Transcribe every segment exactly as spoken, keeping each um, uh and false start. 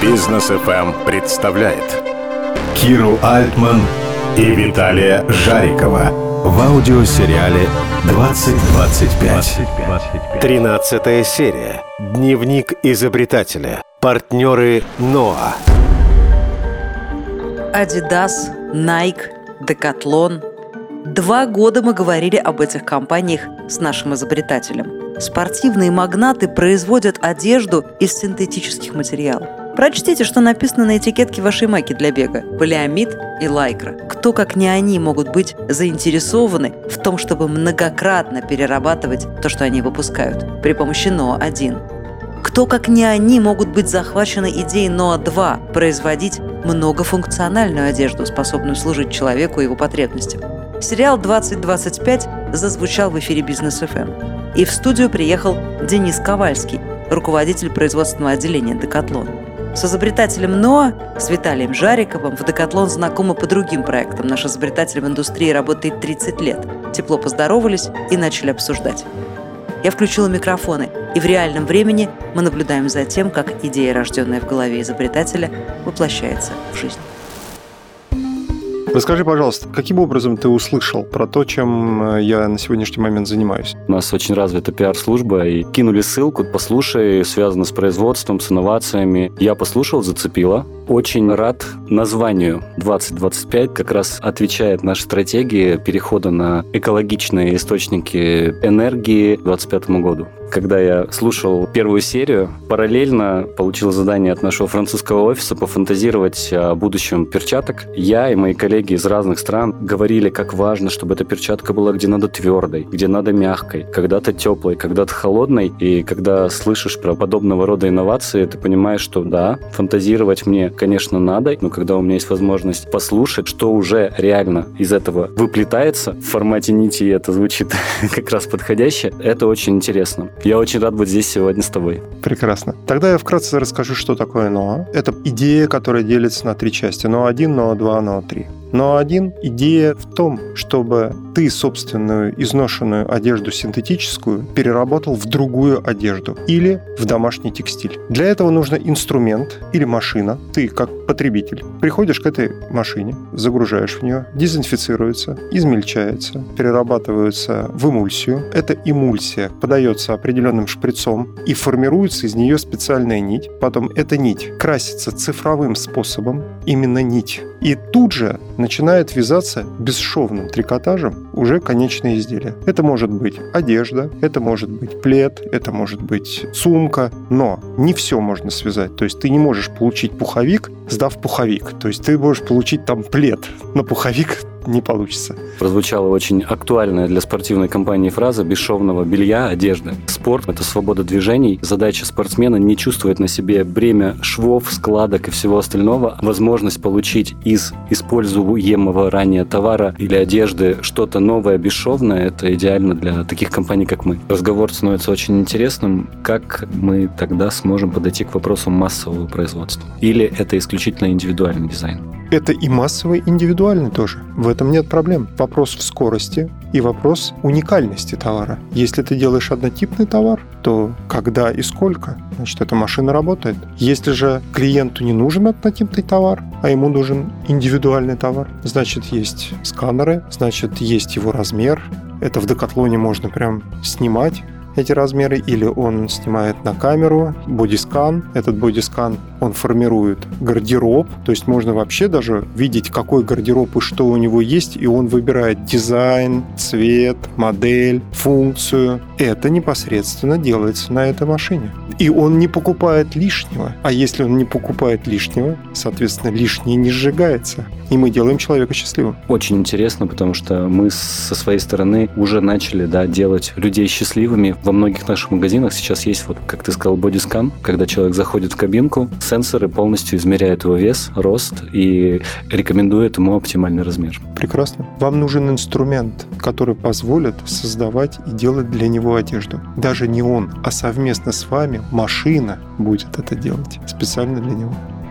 Бизнес эф эм представляет Киру Альтман и Виталия Жарикова в аудиосериале двадцать двадцать пять. Тринадцатая серия. Дневник изобретателя. Партнеры ноа. Adidas, Nike, Decathlon. Два года мы говорили об этих компаниях с нашим изобретателем. Спортивные магнаты производят одежду из синтетических материалов. Прочтите, что написано на этикетке вашей майки для бега. Полиамид и лайкра. Кто, как не они, могут быть заинтересованы в том, чтобы многократно перерабатывать то, что они выпускают при помощи ноа один? Кто, как не они, могут быть захвачены идеей ноа два производить многофункциональную одежду, способную служить человеку и его потребностям? Сериал двадцать двадцать пять зазвучал в эфире Бизнес эф эм. И в студию приехал Денис Ковальский, руководитель производственного отделения Decathlon. С изобретателем ноа, с Виталием Жариковым, в Decathlon знакомы по другим проектам. Наш изобретатель в индустрии работает тридцать лет. Тепло поздоровались и начали обсуждать. Я включила микрофоны, и в реальном времени мы наблюдаем за тем, как идея, рожденная в голове изобретателя, воплощается в жизнь. Расскажи, пожалуйста, каким образом ты услышал про то, чем я на сегодняшний момент занимаюсь? У нас очень развита пиар-служба, и кинули ссылку, послушай, связано с производством, с инновациями. Я послушал, зацепило. Очень рад названию двадцать двадцать пять, как раз отвечает нашей стратегии перехода на экологичные источники энергии к двадцать пятому году. Когда я слушал первую серию, параллельно получил задание от нашего французского офиса пофантазировать о будущем перчаток. Я и мои коллеги из разных стран говорили, как важно, чтобы эта перчатка была где надо твердой, где надо мягкой, когда-то теплой, когда-то холодной. И когда слышишь про подобного рода инновации, ты понимаешь, что да, фантазировать мне, конечно, надо, но когда у меня есть возможность послушать, что уже реально из этого выплетается в формате нити, и это звучит как раз подходяще, это очень интересно. Я очень рад быть здесь сегодня с тобой. Прекрасно. Тогда я вкратце расскажу, что такое ноа. Это идея, которая делится на три части. ноа один, ноа два, ноа три. ноа один – идея в том, чтобы ты собственную изношенную одежду синтетическую переработал в другую одежду или в домашний текстиль. Для этого нужен инструмент или машина. Ты, как потребитель, приходишь к этой машине, загружаешь в нее, дезинфицируется, измельчается, перерабатывается в эмульсию. Эта эмульсия подается определенным шприцом и формируется из нее специальная нить. Потом эта нить красится цифровым способом, именно нить. И тут же начинает вязаться бесшовным трикотажем уже конечное изделие. Это может быть одежда, это может быть плед, это может быть сумка, но не все можно связать. То есть ты не можешь получить пуховик, сдав пуховик. То есть ты можешь получить там плед, но пуховик не получится. Прозвучала очень актуальная для спортивной компании фраза «бесшовного белья, одежды». Спорт – это свобода движений. Задача спортсмена не чувствовать на себе бремя швов, складок и всего остального. Возможность получить из используемого ранее товара или одежды что-то новое, бесшовное – это идеально для таких компаний, как мы. Разговор становится очень интересным. Как мы тогда сможем подойти к вопросу массового производства? Или это исключительно индивидуальный дизайн? Это и массовый, и индивидуальный тоже. В этом нет проблем. Вопрос в скорости и вопрос уникальности товара. Если ты делаешь однотипный товар, то когда и сколько, значит, эта машина работает. Если же клиенту не нужен однотипный товар, а ему нужен индивидуальный товар, значит, есть сканеры, значит, есть его размер. Это в Decathlon можно прям снимать эти размеры, или он снимает на камеру бодискан. Этот бодискан, он формирует гардероб, то есть можно вообще даже видеть, какой гардероб и что у него есть, и он выбирает дизайн, цвет, модель, функцию. Это непосредственно делается на этой машине. И он не покупает лишнего. А если он не покупает лишнего, соответственно, лишнее не сжигается. И мы делаем человека счастливым. Очень интересно, потому что мы со своей стороны уже начали, да, делать людей счастливыми. Во многих наших магазинах сейчас есть, вот, как ты сказал, бодискан, когда человек заходит в кабинку, сенсоры полностью измеряют его вес, рост и рекомендуют ему оптимальный размер. Прекрасно. Вам нужен инструмент, который позволит создавать и делать для него одежду. Даже не он, а совместно с вами машина будет это делать специально для него.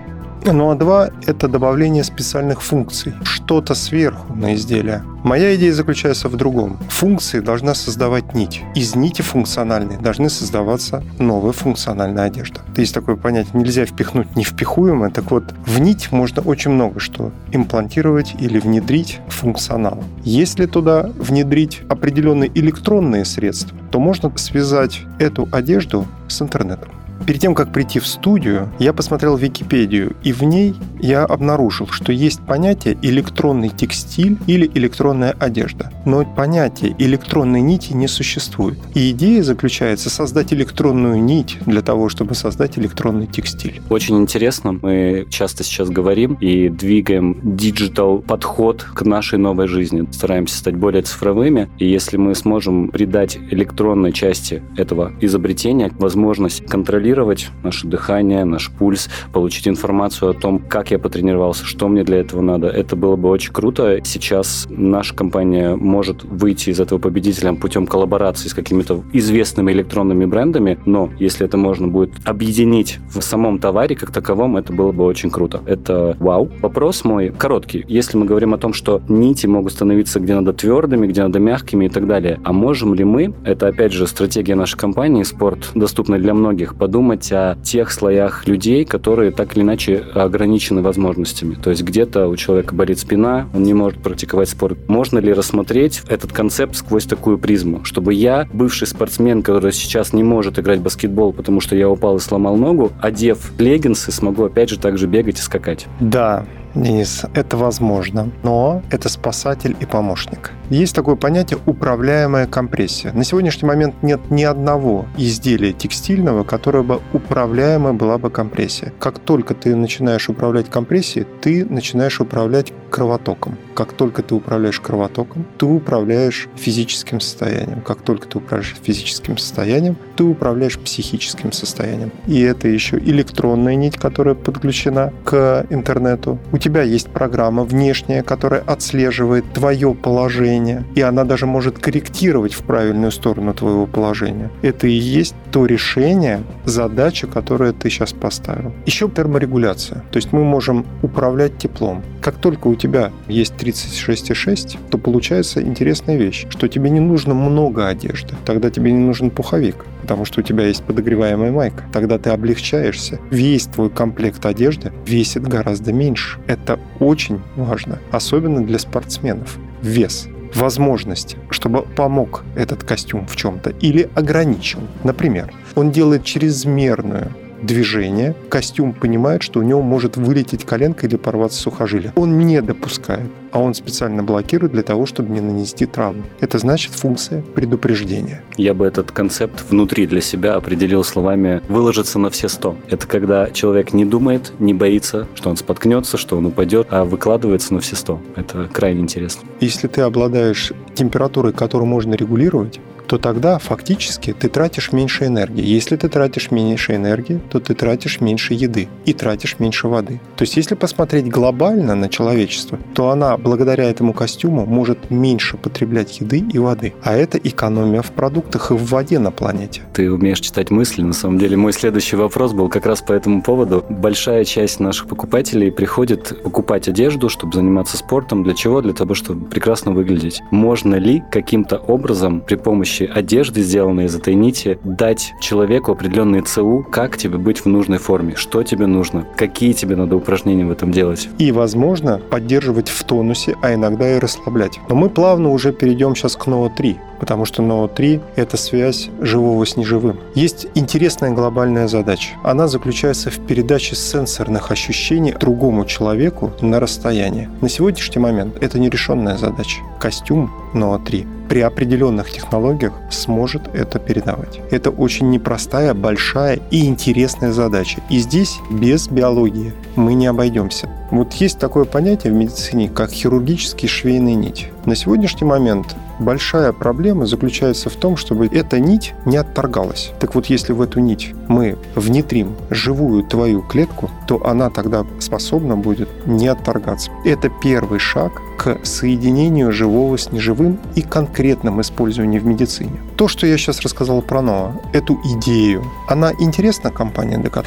ноа два – это добавление специальных функций, что-то сверху на изделие. Моя идея заключается в другом. Функции должна создавать нить. Из нити функциональной должны создаваться новая функциональная одежда. Есть такое понятие, нельзя впихнуть невпихуемое. Так вот, в нить можно очень много что имплантировать или внедрить функционал. Если туда внедрить определенные электронные средства, то можно связать эту одежду с интернетом. Перед тем, как прийти в студию, я посмотрел Википедию, и в ней я обнаружил, что есть понятие электронный текстиль или электронная одежда. Но понятия электронной нити не существует. И идея заключается создать электронную нить для того, чтобы создать электронный текстиль. Очень интересно. Мы часто сейчас говорим и двигаем диджитал подход к нашей новой жизни. Стараемся стать более цифровыми. И если мы сможем придать электронной части этого изобретения возможность контролировать наше дыхание, наш пульс, получить информацию о том, как я потренировался, что мне для этого надо. Это было бы очень круто. Сейчас наша компания может выйти из этого победителем путем коллаборации с какими-то известными электронными брендами, но если это можно будет объединить в самом товаре как таковом, это было бы очень круто. Это вау. Вопрос мой короткий. Если мы говорим о том, что нити могут становиться где надо твердыми, где надо мягкими и так далее, а можем ли мы, это опять же стратегия нашей компании, спорт доступный для многих, подумать о тех слоях людей, которые так или иначе ограничены возможностями. То есть где-то у человека болит спина, он не может практиковать спорт. Можно ли рассмотреть этот концепт сквозь такую призму, чтобы я, бывший спортсмен, который сейчас не может играть в баскетбол, потому что я упал и сломал ногу, одев леггинсы, смогу опять же также бегать и скакать? Да, Денис, это возможно, но это спасатель и помощник. Есть такое понятие управляемая компрессия. На сегодняшний момент нет ни одного изделия текстильного, которое бы управляемая была бы компрессия. Как только ты начинаешь управлять компрессией, ты начинаешь управлять кровотоком. Как только ты управляешь кровотоком, ты управляешь физическим состоянием. Как только ты управляешь физическим состоянием, ты управляешь психическим состоянием. И это еще электронная нить, которая подключена к интернету. У тебя есть программа внешняя, которая отслеживает твое положение, и она даже может корректировать в правильную сторону твоего положения. Это и есть то решение, задача, которую ты сейчас поставил. Еще терморегуляция. То есть мы можем управлять теплом. Как только у тебя есть тридцать шесть и шесть, то получается интересная вещь, что тебе не нужно много одежды. Тогда тебе не нужен пуховик, потому что у тебя есть подогреваемая майка. Тогда ты облегчаешься. Весь твой комплект одежды весит гораздо меньше. Это очень важно, особенно для спортсменов. Вес. Возможности, чтобы помог этот костюм в чем-то или ограничил. Например, он делает чрезмерную движение, костюм понимает, что у него может вылететь коленка или порваться сухожилие. Он не допускает, а он специально блокирует для того, чтобы не нанести травму. Это значит функция предупреждения. Я бы этот концепт внутри для себя определил словами «выложиться на все сто». Это когда человек не думает, не боится, что он споткнется, что он упадет, а выкладывается на все сто. Это крайне интересно. Если ты обладаешь температурой, которую можно регулировать, то тогда фактически ты тратишь меньше энергии. Если ты тратишь меньше энергии, то ты тратишь меньше еды и тратишь меньше воды. То есть если посмотреть глобально на человечество, то она благодаря этому костюму может меньше потреблять еды и воды. А это экономия в продуктах и в воде на планете. Ты умеешь читать мысли. На самом деле мой следующий вопрос был как раз по этому поводу. Большая часть наших покупателей приходит покупать одежду, чтобы заниматься спортом. Для чего? Для того, чтобы прекрасно выглядеть. Можно ли каким-то образом при помощи одежды, сделанной из этой нити, дать человеку определенные ЦУ, как тебе быть в нужной форме, что тебе нужно, какие тебе надо упражнения в этом делать. И, возможно, поддерживать в тонусе, а иногда и расслаблять. Но мы плавно уже перейдем сейчас к ноа три, потому что ноа три – это связь живого с неживым. Есть интересная глобальная задача. Она заключается в передаче сенсорных ощущений другому человеку на расстоянии. На сегодняшний момент это нерешенная задача. Костюм ноа три при определенных технологиях сможет это передавать. Это очень непростая, большая и интересная задача. И здесь без биологии мы не обойдемся. Вот есть такое понятие в медицине, как хирургические швейные нити. На сегодняшний момент большая проблема заключается в том, чтобы эта нить не отторгалась. Так вот, если в эту нить мы внедрим живую твою клетку, то она тогда способна будет не отторгаться. Это первый шаг к соединению живого с неживым и конкретном использованию в медицине. То, что я сейчас рассказал про ноа, эту идею, она интересна компании Decathlon?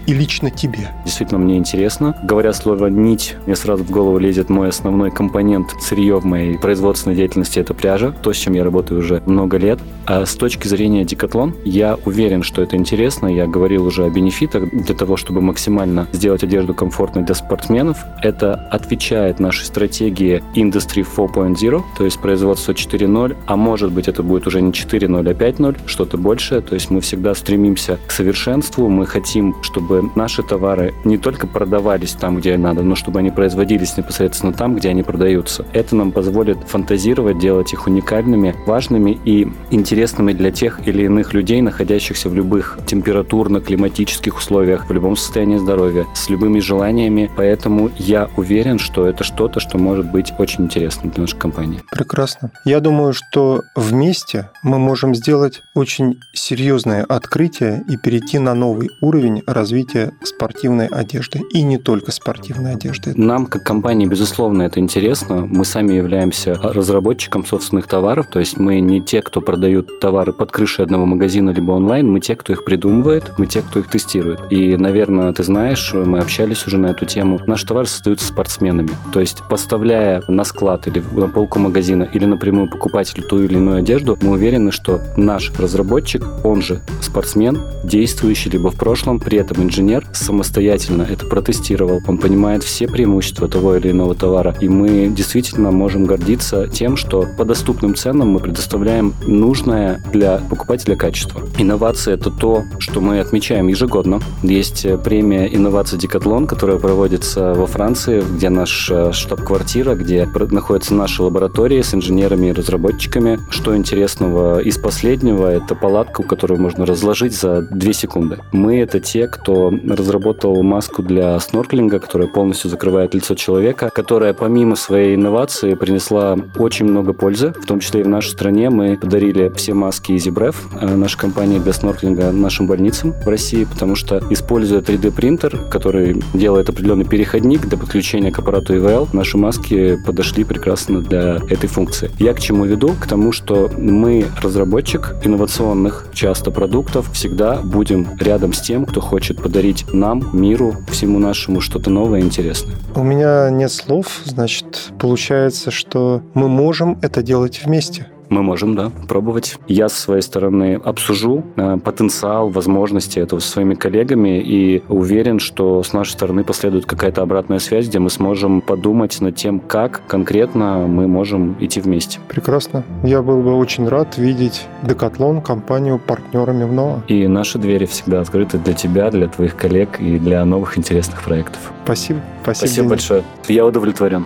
и лично тебе? Действительно, мне интересно. Говоря слово «нить», мне сразу в голову лезет мой основной компонент сырье в моей производственной деятельности – это пряжа, то, с чем я работаю уже много лет. А с точки зрения Decathlon, я уверен, что это интересно. Я говорил уже о бенефитах для того, чтобы максимально сделать одежду комфортной для спортсменов. Это отвечает нашей стратегии Industry четыре ноль, то есть производство четыре ноль, а может быть это будет уже не четыре ноль, а пять ноль, что-то большее. То есть мы всегда стремимся к совершенству. Мы хотим, чтобы наши товары не только продавались там, где надо, но чтобы они производились непосредственно там, где они продаются. Это нам позволит фантазировать, делать их уникальными, важными и интересными для тех или иных людей, находящихся в любых температурно-климатических условиях, в любом состоянии здоровья, с любыми желаниями. Поэтому я уверен, что это что-то, что может быть очень интересным для нашей компании. Прекрасно. Я думаю, что вместе мы можем сделать очень серьезное открытие и перейти на новый уровень развития спортивной одежды. И не только спортивной одежды. Нам, как компании, безусловно, это интересно. Мы сами являемся разработчиком собственных товаров, то есть мы не те, кто продают товары под крышей одного магазина либо онлайн, мы те, кто их придумывает, мы те, кто их тестирует. И, наверное, ты знаешь, мы общались уже на эту тему. Наши товары создаются спортсменами. То есть, поставляя на склад или на полку магазина, или напрямую покупателю ту или иную одежду, мы уверены, что наш разработчик, он же спортсмен, действующий либо в прошлом, при этом инженер, самостоятельно это протестировал. Он понимает все преимущества того или иного товара. И мы действительно можем гордиться тем, что по доступным ценам мы предоставляем нужное для покупателя качество. Инновации – это то, что мы отмечаем ежегодно. Есть премия «Инновации Decathlon», которая проводится во Франции, где наша штаб-квартира, где находятся наши лаборатории с инженерами и разработчиками. Что интересного из последнего – это палатку, которую можно разложить за две секунды. Мы – это те, кто разработал маску для снорклинга, которая полностью закрывает лицо человека, которая помимо своей инновации принесла очень много пользы, в том числе и в нашей стране. Мы подарили все маски EasyBreath, нашей компании для снорклинга, нашим больницам в России, потому что, используя три дэ принтер, который делает определенный переходник для подключения к аппарату и ви эл, наши маски подошли прекрасно для этой функции. Я к чему веду? К тому, что мы, разработчик инновационных часто продуктов, всегда будем рядом с тем, кто хочет подарить нам, миру, всему нашему что-то новое и интересное. У меня нет слов, значит, получается, что мы можем это делать вместе. Мы можем, да, пробовать. Я, с своей стороны, обсужу э, потенциал, возможности этого со своими коллегами и уверен, что с нашей стороны последует какая-то обратная связь, где мы сможем подумать над тем, как конкретно мы можем идти вместе. Прекрасно. Я был бы очень рад видеть Decathlon, компанию, партнерами в НОА. И наши двери всегда открыты для тебя, для твоих коллег и для новых интересных проектов. Спасибо. Спасибо, Спасибо Денис. большое. Я удовлетворен.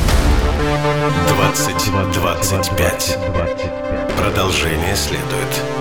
двадцать двадцать пять. Продолжение следует.